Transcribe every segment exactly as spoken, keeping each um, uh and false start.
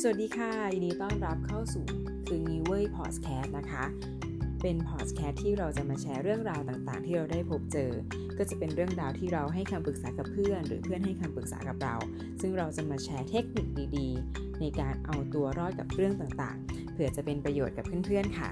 สวัสดีค่ะยินดีต้อนรับเข้าสู่คืองี้เว้ยพอดแคสต์นะคะเป็นพอดแคสต์ที่เราจะมาแชร์เรื่องราวต่างๆที่เราได้พบเจอก็จะเป็นเรื่องราวที่เราให้คำปรึกษากับเพื่อนหรือเพื่อนให้คำปรึกษากับเราซึ่งเราจะมาแชร์เทคนิคดีๆในการเอาตัวรอดกับเรื่องต่างๆเผื่อจะเป็นประโยชน์กับเพื่อนๆค่ะ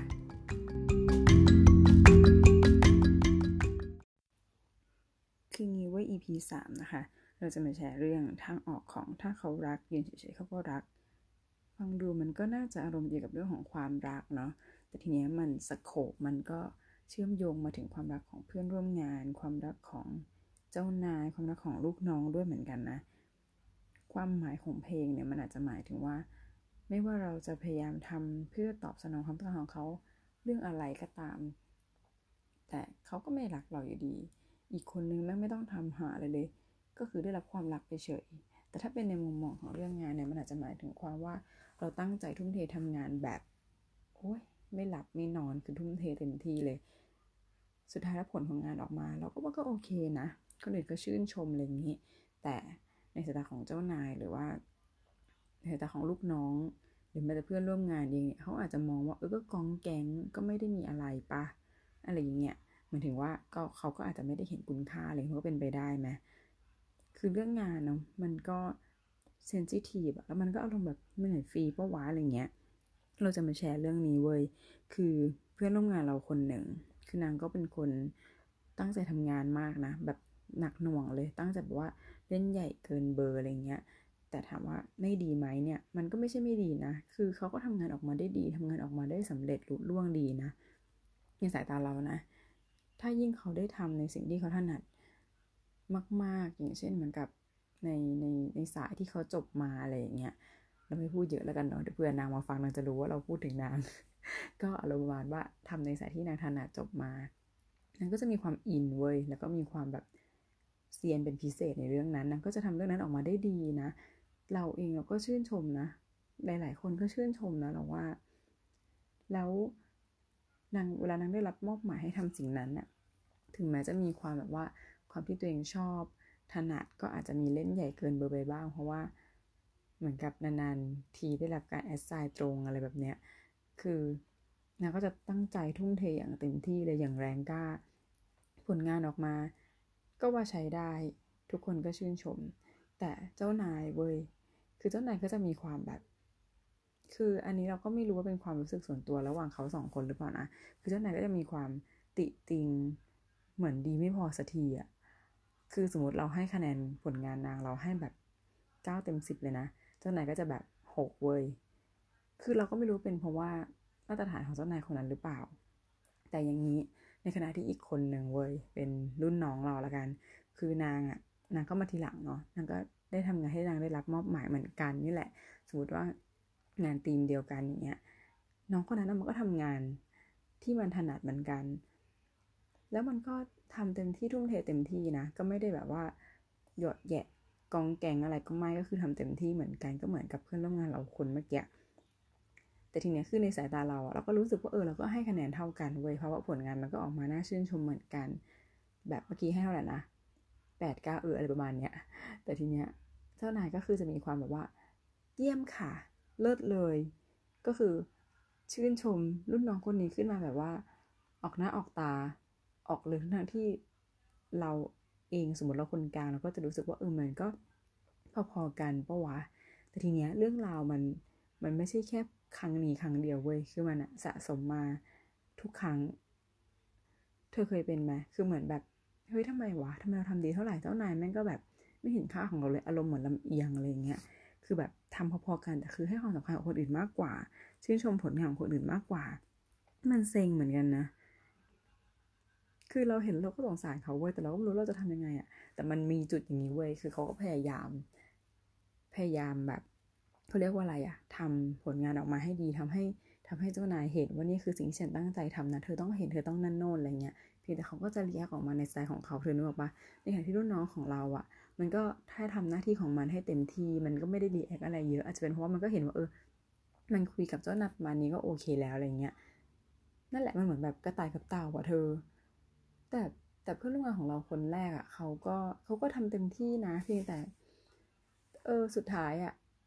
คืองี้เว้ย อี พี สามนะคะเราจะมาแชร์เรื่องทางออกของถ้าเขารักยืนเฉยๆเขาก็รักฟังดูมันก็น่าจะอารมณ์เดียวกับเรื่องของความรักเนาะแต่ทีนี้มันสโคปมันก็เชื่อมโยงมาถึงความรักของเพื่อนร่วมงานความรักของเจ้านายความรักของลูกน้องด้วยเหมือนกันนะความหมายของเพลงเนี่ยมันอาจจะหมายถึงว่าไม่ว่าเราจะพยายามทำเพื่อตอบสนองความต้องการของเขาเรื่องอะไรก็ตามแต่เขาก็ไม่รักเราอยู่ดีอีกคนนึงแม่งไม่ต้องทำหาอะไรเลยก็คือได้รับความรักไปเฉยแต่ถ้าเป็นในมุมมองของเรื่องงานเนี่ยมันอาจจะหมายถึงความว่าเราตั้งใจทุ่มเททำงานแบบโอ๊ยไม่หลับไม่นอนคือทุ่มเทเต็มที่เลยสุดท้ายแล้วผลของงานออกมาเราก็ว่าก็โอเคนะคนอื่นก็ชื่นชมอะไรอย่างนี้แต่ในสายตาของเจ้านายหรือว่าในสายตาของลูกน้องหรือแม้แต่เพื่อนร่วมงานเองเนี่ยเขาอาจจะมองว่าเออก็กองแก๊งก็ไม่ได้มีอะไรปะอะไรอย่างเงี้ยหมายถึงว่าก็เขาก็อาจจะไม่ได้เห็นคุณค่าอะไรมันก็เป็นไปได้ไหมคือเรื่องงานเนาะมันก็เซนซิทีฟแล้วมันก็อารมณ์แบบไม่เหนื่อยฟรีปะวะอะไรเงี้ยเราจะมาแชร์เรื่องนี้เว้ยคือเพื่อนร่วมงานเราคนหนึ่งคือนางก็เป็นคนตั้งใจทำงานมากนะแบบหนักหน่วงเลยตั้งใจแบบว่าเล่นใหญ่เกินเบอร์อะไรเงี้ยแต่ถามว่าไม่ดีไหมเนี่ยมันก็ไม่ใช่ไม่ดีนะคือเขาก็ทำงานออกมาได้ดีทำงานออกมาได้สำเร็จลุล่วงดีนะในสายตาเรานะถ้ายิ่งเขาได้ทำในสิ่งที่เขาถนัดมากๆอย่างเช่นเหมือนกับในในในสายที่เขาจบมาอะไรอย่างเงี้ยเราไม่พูดเยอะแล้วกันเนาะเดี๋ยวเพื่อนนางมาฟังนางจะรู้ว่าเราพูดถึงนาง ก็อารมณ์ประมาณว่าทำในสายที่นางถนัดจบมานางก็จะมีความอินเว้ยแล้วก็มีความแบบเซียนเป็นพิเศษในเรื่องนั้นนางก็จะทำเรื่องนั้นออกมาได้ดีนะเราเองเราก็ชื่นชมนะหลายๆคนก็ชื่นชมนะเราว่าแล้วนางเวลานางได้รับมอบหมายให้ทำสิ่งนั้นน่ะถึงแม้จะมีความแบบว่าความที่ตัวเองชอบถนัดก็อาจจะมีเล่นใหญ่เกินเบอร์ไปบ้างเพราะว่าเหมือนกับนานๆทีได้รับการแอสไซน์ตรงอะไรแบบเนี้ยคือนางก็จะตั้งใจทุ่มเทอย่างเต็มที่เลยอย่างแรงกล้าผลงานออกมาก็ว่าใช้ได้ทุกคนก็ชื่นชมแต่เจ้านายเว้ยคือเจ้านายก็จะมีความแบบคืออันนี้เราก็ไม่รู้ว่าเป็นความรู้สึกส่วนตัวระหว่างเขาสองคนหรือเปล่านะคือเจ้านายก็จะมีความติติงเหมือนดีไม่พอสักทีอ่ะคือสมมติเราให้คะแนนผลงานนางเราให้แบบเก้าเต็มสิบเลยนะเจ้านายก็จะแบบหกเว้ยคือเราก็ไม่รู้เป็นเพราะว่ามาตรฐานของเจ้านายคนนั้นหรือเปล่าแต่อย่างนี้ในขณะที่อีกคนหนึ่งเว้ยเป็นรุ่นน้องเราละกันคือนางอ่ะนางก็มาทีหลังเนาะนางก็ได้ทำงานให้นางได้รับมอบหมายเหมือนกันนี่แหละสมมติว่างานทีมเดียวกันอย่างเงี้ยน้องคนนั้นมันก็ทำงานที่มันถนัดเหมือนกันแล้วมันก็ทำเต็มที่ทุ่มเทเต็มที่นะก็ไม่ได้แบบว่าหยดแยะกองแกงอะไรก็ไม่ก็คือทำเต็มที่เหมือนกันก็เหมือนกับเพื่อนร่วมงานเราคนเมื่อกี้แต่ทีเนี้ยคือในสายตาเราอะเราก็รู้สึกว่าเออเราก็ให้คะแนนเท่ากันเว้ยเพราะว่าผลงานมันก็ออกมาน่าชื่นชมเหมือนกันแบบเมื่อกี้ให้เท่าไหร่นะแปด เก้าเอออะไรประมาณเนี้ยแต่ทีเนี้ยเจ้านายก็คือจะมีความแบบว่าเยี่ยมค่ะเลิศเลยก็คือชื่นชมรุ่นน้องคนนี้ขึ้นมาแบบว่าออกหน้าออกตาออกเลยทั้งที่เราเองสมมติเราคนกลางเราก็จะรู้สึกว่าเออมันก็พอๆกันปะวะแต่ทีเนี้ยเรื่องราวมันมันไม่ใช่แค่ครั้งนี้ครั้งเดียวเว้ยคือมันอะสะสมมาทุกครั้งเธอเคยเป็นไหมคือเหมือนแบบเฮ้ยทำไมวะทำไมเราทำดีเท่าไหร่เจ้านายแม่งก็แบบไม่เห็นค่าของเราเลยอารมณ์เหมือนลำเอียงอะไรอย่างเงี้ยคือแบบทำพอๆกันแต่คือให้ความสำคัญกับคนอื่นมากกว่าชื่นชมผลงานของคนอื่นมากกว่ามันเซ็งเหมือนกันนะคือเราเห็นเราก็สงสารเขาเว้ยแต่เราก็ไม่รู้เราจะทำยังไงอะแต่มันมีจุดอย่างนี้เว้ยคือเขาก็พยายามพยายามแบบเขาเรียกว่าอะไรอะทำผลงานออกมาให้ดีทำให้ทำให้เจ้านายเห็นว่านี่คือสิ่งที่ฉันตั้งใจทำนะเธอต้องเห็นเธอต้องนั่นโน่นอะไรเงี้ยเพียงแต่เขาก็จะเรียกออกมาในสไตล์ของเขาเธอนึกออกปะในขณะที่รุ่นน้องของเราอะมันก็ถ้าทำหน้าที่ของมันให้เต็มที่มันก็ไม่ได้รีแอคอะไรเยอะอาจจะเป็นเพราะว่ามันก็เห็นว่าเออมันคุยกับเจ้านายประมาณนี้ก็โอเคแล้วอะไรเงี้ยนั่นแหละมันเหมือนแบบกระต่ายกับเต่าอะเธอแต่แต่เพื่อนร่วมงานของเราคนแรกอะเขาก็เขาก็ทำเต็มที่นะเพียงแต่เออสุดท้ายอะ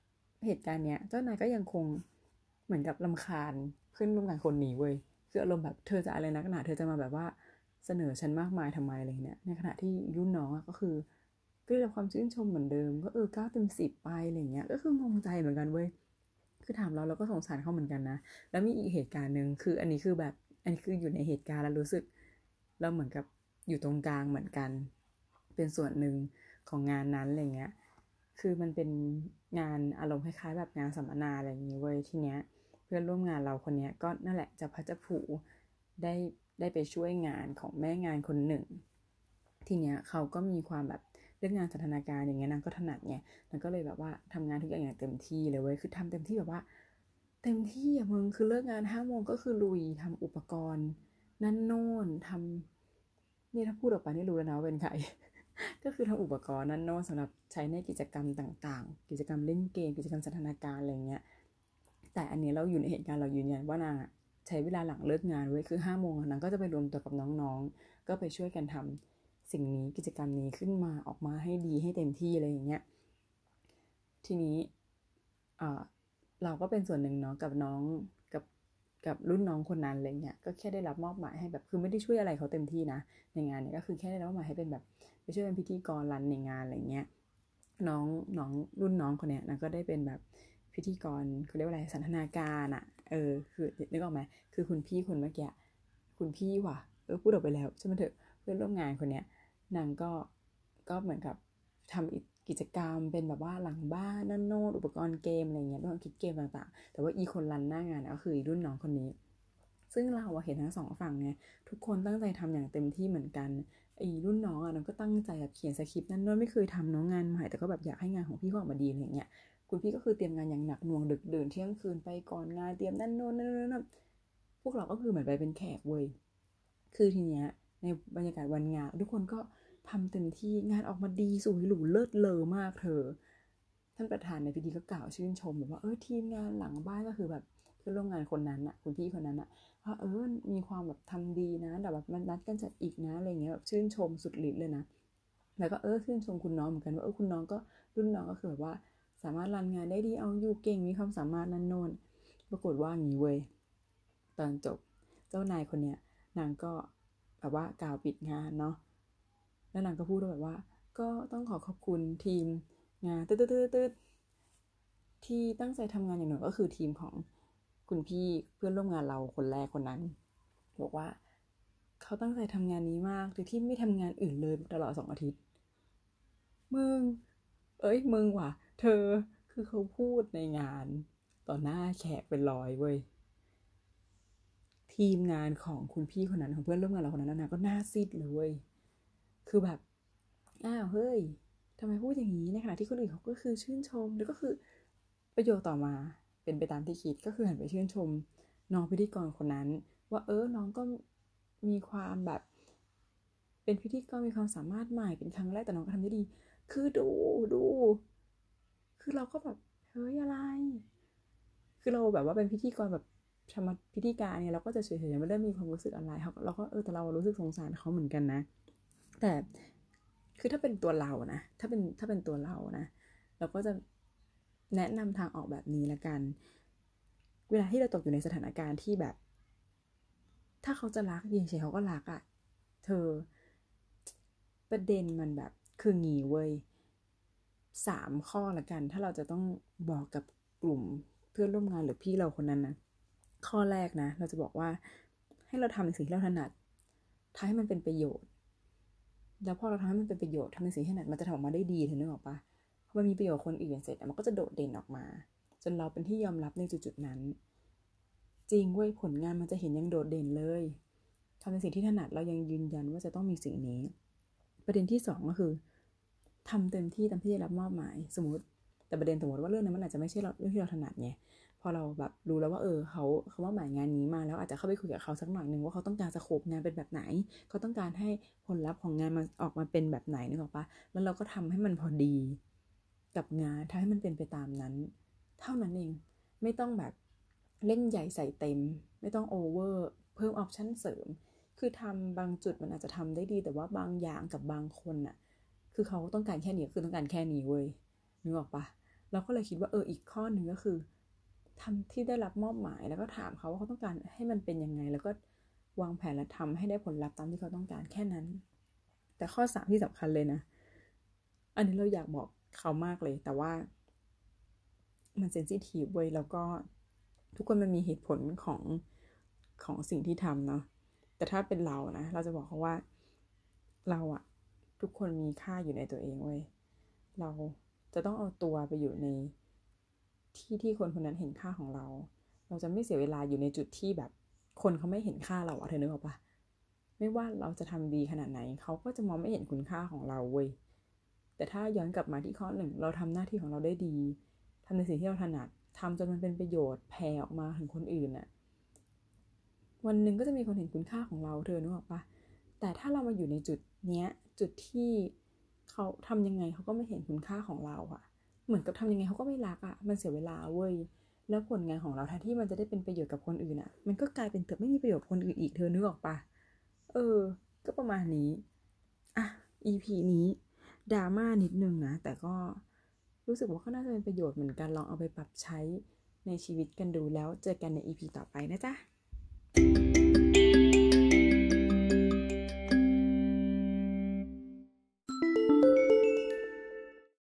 เหตุการณ์เนี้ยเจ้านายก็ยังคงเหมือนกับรำคาญเพื่อนร่วมงานคนนี้เว้ยคืออารมณ์แบบเธอจะอะไรนักหนาเธอจะมาแบบว่าเสนอฉันมากมายทำไมอะไรเงี้ยในขณะที่รุ่นน้องก็คือก็ได้รับความชื่นชมเหมือนเดิมก็เออเก้าเต็มสิบไปอะไรเงี้ยก็คืองงใจเหมือนกันเว้ยคือถามเราเราก็สงสารเขาเหมือนกันนะแล้วมีอีกเหตุการณ์หนึ่งคืออันนี้คือแบบอันนี้คืออยู่ในเหตุการณ์แล้วรู้สึกเราเหมือนกับอยู่ตรงกลางเหมือนกันเป็นส่วนหนึ่งของงานนั้นอะไรเงี้ยคือมันเป็นงานอารมณ์คล้ายๆแบบงานสัมมนาอะไรอย่างนี้เว้ยทีเนี้ยเพื่อนร่วมงานเราคนนี้ก็นั่นแหละจะพัดจะผูได้ได้ไปช่วยงานของแม่งานคนหนึ่งทีเนี้ยเขาก็มีความแบบเรื่องงานสันทนาการอย่างเงี้ยนางก็ถนัดไงนางก็เลยแบบว่าทำงานทุกอย่างอย่างเต็มที่เลยเว้ยคือทำเต็มที่แบบว่าเต็มที่อะมึงคือเลิกงานห้าโมงก็คือลุยทำอุปกรณ์นั่นโน่นทำนี่ถ้าพูดออกไปนี่รู้แล้วนะว่าเป็นใคร ก็คือทำอุปกรณ์นั่นโน้ตสำหรับใช้ในกิจกรรมต่างๆกิจกรรมเล่นเกมกิจกรรมสันทนาการอะไรเงี้ยแต่อันนี้เราอยู่ในเหตุการณ์เรายืนยันว่านางใช้เวลาหลังเลิกงานไว้คือห้าโมงนางก็จะไปรวมตัวกับน้องๆก็ไปช่วยกันทำสิ่งนี้กิจกรรมนี้ขึ้นมาออกมาให้ดีให้เต็มที่อะไรอย่างเงี้ยทีนี้เราก็เป็นส่วนหนึ่งเนาะกับน้องกับกับรุ่นน้องคนนั้นอะไรเงี้ยก็แค่ได้รับมอบหมายให้แบบคือไม่ได้ช่วยอะไรเขาเต็มที่นะในงานเนี้ยก็คือแค่ได้รับมอบหมายให้เป็นแบบไปช่วยเป็นพิธีกรรันในงานอะไรเงี้ยน้องน้องรุ่นน้องคนเนี้ยนะก็ได้เป็นแบบพิธีกรเขาเรียกว่าอะไรสันทนาการอ่ะเออคือนึกออกไหมคือคุณพี่คนเมื่อกี้คุณพี่ว่ะเออพูดออกไปแล้วใช่ไหมเถอะเพื่อนร่วมงานคนเนี้ยนางก็ก็เหมือนกับทำกิจกรรมเป็นแบบว่าหลังบ้านนั่นโน้ตอุปกรณ์เกมอะไรเงี้ยต้องคิดเกมต่างๆแต่ว่าอีคนรันหน้างานก็คือรุ่นน้องคนนี้ซึ่งเราเห็นทั้งสองฝั่งไงทุกคนตั้งใจทำอย่างเต็มที่เหมือนกันไอ้รุ่นน้องอ่ะมันก็ตั้งใจแบบเขียนสคริปต์นั่นด้วยไม่เคยทำน้องงานใหม่แต่ก็แบบอยากให้งานของพี่เขาออกมาดีอะไรเงี้ยคุณพี่ก็คือเตรียมงานอย่างหนักหน่วงดึกดื่นเที่ยงคืนไปก่อนงานเตรียมนั่นโน้นนั่นนั่นพวกเราก็คือเหมือนไปเป็นแขกเว้ยคือทีเนี้ยในบรรยากาศวันงานทุกคนก็ทำเต็มที่งานออกมาดีสวยหรูเลิศเลอมากเธอท่านประธานในพิธีก็กล่าวชื่นชมแบบว่าเออทีมงานหลังบ้านก็คือแบบเพื่อนร่วมงานคนนั้นอ่ะคุณพี่คนนั้นอ่ะว่าเออมีความแบบทำดีนะแต่แบบมันนัดกันจัดอีกนะอะไรเงี้ยแบบชื่นชมสุดฤทธิ์เลยนะแล้วก็เออชื่นชมคุณน้องเหมือนกันว่าเออคุณน้องก็รุ่นน้องก็คือแบบว่าสามารถรันงานได้ดีเอาอยู่เก่งมีความสามารถนั่นโน่นปรากฏว่าอย่างนี้เว้ยตอนจบเจ้านายคนเนี้ยนางก็แบบว่ากล่าวปิดงานเนาะแล้วนางก็พูดแบบว่าก็ต้องขอขอบคุณทีมงานตืดตืดตืดที่ตั้งใจทำงานอย่างหนึ่งก็คือทีมของคุณพี่เพื่อนร่วมงานเราคนแรกคนนั้นบอกว่าเขาตั้งใจทำงานนี้มากโดยที่ไม่ทำงานอื่นเลยตลอดสองอาทิตย์มึงเอ้ยมึงว่ะเธอคือเขาพูดในงานต่อหน้าแขกเป็นร้อยเว้ยทีมงานของคุณพี่คนนั้นของเพื่อนร่วมงานเราคนนั้นนะก็หน้าซีดเลยเว้ยคือแบบอ้าวเฮ้ยทำไมพูดอย่างนี้ในขณะที่คนอื่นเขาก็คือชื่นชมแล้วก็คือประโยคต่อมาเป็นไปตามที่คิดก็คือหันไปชื่นชมน้องพิธีกรคนนั้นว่าเออน้องก็มีความแบบเป็นพิธีกรมีความสามารถใหม่เป็นครั้งแรกแต่น้องก็ทำได้ดีคือดูดูคือเราก็แบบเฮ้ยอะไรคือเราแบบว่าเป็นพิธีกรแบบทำพิธีการเนี่ยเราก็จะเฉยๆไม่ได้มีความรู้สึกอะไรเขาเราก็เออแต่เรารู้สึกสงสารเขาเหมือนกันนะแต่คือถ้าเป็นตัวเรานะถ้าเป็นถ้าเป็นตัวเรานะเราก็จะแนะนำทางออกแบบนี้ละกันเวลาที่เราตกอยู่ในสถานการณ์ที่แบบถ้าเขาจะรักยิงเฉยเขาก็รักอะเธอประเด็นมันแบบคืองี้เว้ยสามข้อละกันถ้าเราจะต้องบอกกับกลุ่มเพื่อนร่วมงานหรือพี่เราคนนั้นนะข้อแรกนะเราจะบอกว่าให้เราทำในสิ่งที่เราถนัดทำให้มันเป็นประโยชน์แล้วพอเราทำให้มันเป็นประโยชน์ทำในสิ่งที่ถนัดมันจะทำออกมาได้ดีเธอนึกออกปะพอมันมีประโยชน์คนอื่นเสร็จมันก็จะโดดเด่นออกมาจนเราเป็นที่ยอมรับในจุดๆนั้นจริงเว้ยผลงานมันจะเห็นยังโดดเด่นเลยทำในสิ่งที่ถนัดเรายังยืนยันว่าจะต้องมีสิ่งนี้ประเด็นที่สองก็คือทำเต็มที่ตามที่ได้รับมอบหมายสมมติแต่ประเด็นสมมติว่าเรื่องนั้นมันอาจจะไม่ใช่เรื่องที่เราถนัดไงพอเราแบบรู้แล้วว่าเออเขาเขามอบหมายงานนี้มาแล้วอาจจะเข้าไปคุยกับเขาสักหน่อยนึงว่าเขาต้องการสโคปงานเป็นแบบไหนเขาต้องการให้ผลลัพธ์ของงานมันออกมาเป็นแบบไหนนึกออกปะแล้วเราก็ทำให้มันพอดีกับงานทำให้มันเป็นไปตามนั้นเท่านั้นเองไม่ต้องแบบเล่นใหญ่ใส่เต็มไม่ต้องโอเวอร์เพิ่มออปชั่นเสริมคือทำบางจุดมันอาจจะทำได้ดีแต่ว่าบางอย่างกับบางคนน่ะคือเขาต้องการแค่นี้คือต้องการแค่นี้เว้ยนึกออกปะเราก็เลยคิดว่าเอออีกข้อหนึ่งก็คือทำที่ได้รับมอบหมายแล้วก็ถามเขาว่าเขาต้องการให้มันเป็นยังไงแล้วก็วางแผนและทำให้ได้ผลลัพธ์ตามที่เขาต้องการแค่นั้นแต่ข้อสามที่สำคัญเลยนะอันนี้เราอยากบอกเขามากเลยแต่ว่ามันเซนซิทีฟเว้ยแล้วก็ทุกคนมันมีเหตุผลของของสิ่งที่ทำเนาะแต่ถ้าเป็นเรานะเราจะบอกเขาว่าเราอะทุกคนมีค่าอยู่ในตัวเองเว้ยเราจะต้องเอาตัวไปอยู่ในที่ที่คนคนนั้นเห็นค่าของเราเราจะไม่เสียเวลาอยู่ในจุดที่แบบคนเขาไม่เห็นค่าเราอะเธอนึกออกปะไม่ว่าเราจะทำดีขนาดไหนเขาก็จะมองไม่เห็นคุณค่าของเราเว้ยแต่ถ้าย้อนกลับมาที่ข้อหนึ่งเราทำหน้าที่ของเราได้ดีทำในสิ่งที่เราถนัดทำจนมันเป็นประโยชน์แผ่ออกมาถึงคนอื่นน่ะวันหนึ่งก็จะมีคนเห็นคุณค่าของเราเธอนึกออกปะแต่ถ้าเรามาอยู่ในจุดเนี้ยจุดที่เขาทำยังไงเขาก็ไม่เห็นคุณค่าของเราอะเหมือนกับทำยังไงเขาก็ไม่รักอะมันเสียเวลาเว้ยแล้วผลงานของเราแทนที่มันจะได้เป็นประโยชน์กับคนอื่นอะมันก็กลายเป็นเกือบไม่มีประโยชน์กับคนอื่นอีกเธอนึกออกปะเออก็ประมาณนี้อ่ะ อี พี นี้ดราม่านิดนึงนะแต่ก็รู้สึกว่าก็น่าจะเป็นประโยชน์เหมือนกันลองเอาไปปรับใช้ในชีวิตกันดูแล้วเจอกันใน อี พี ต่อไปนะจ๊ะ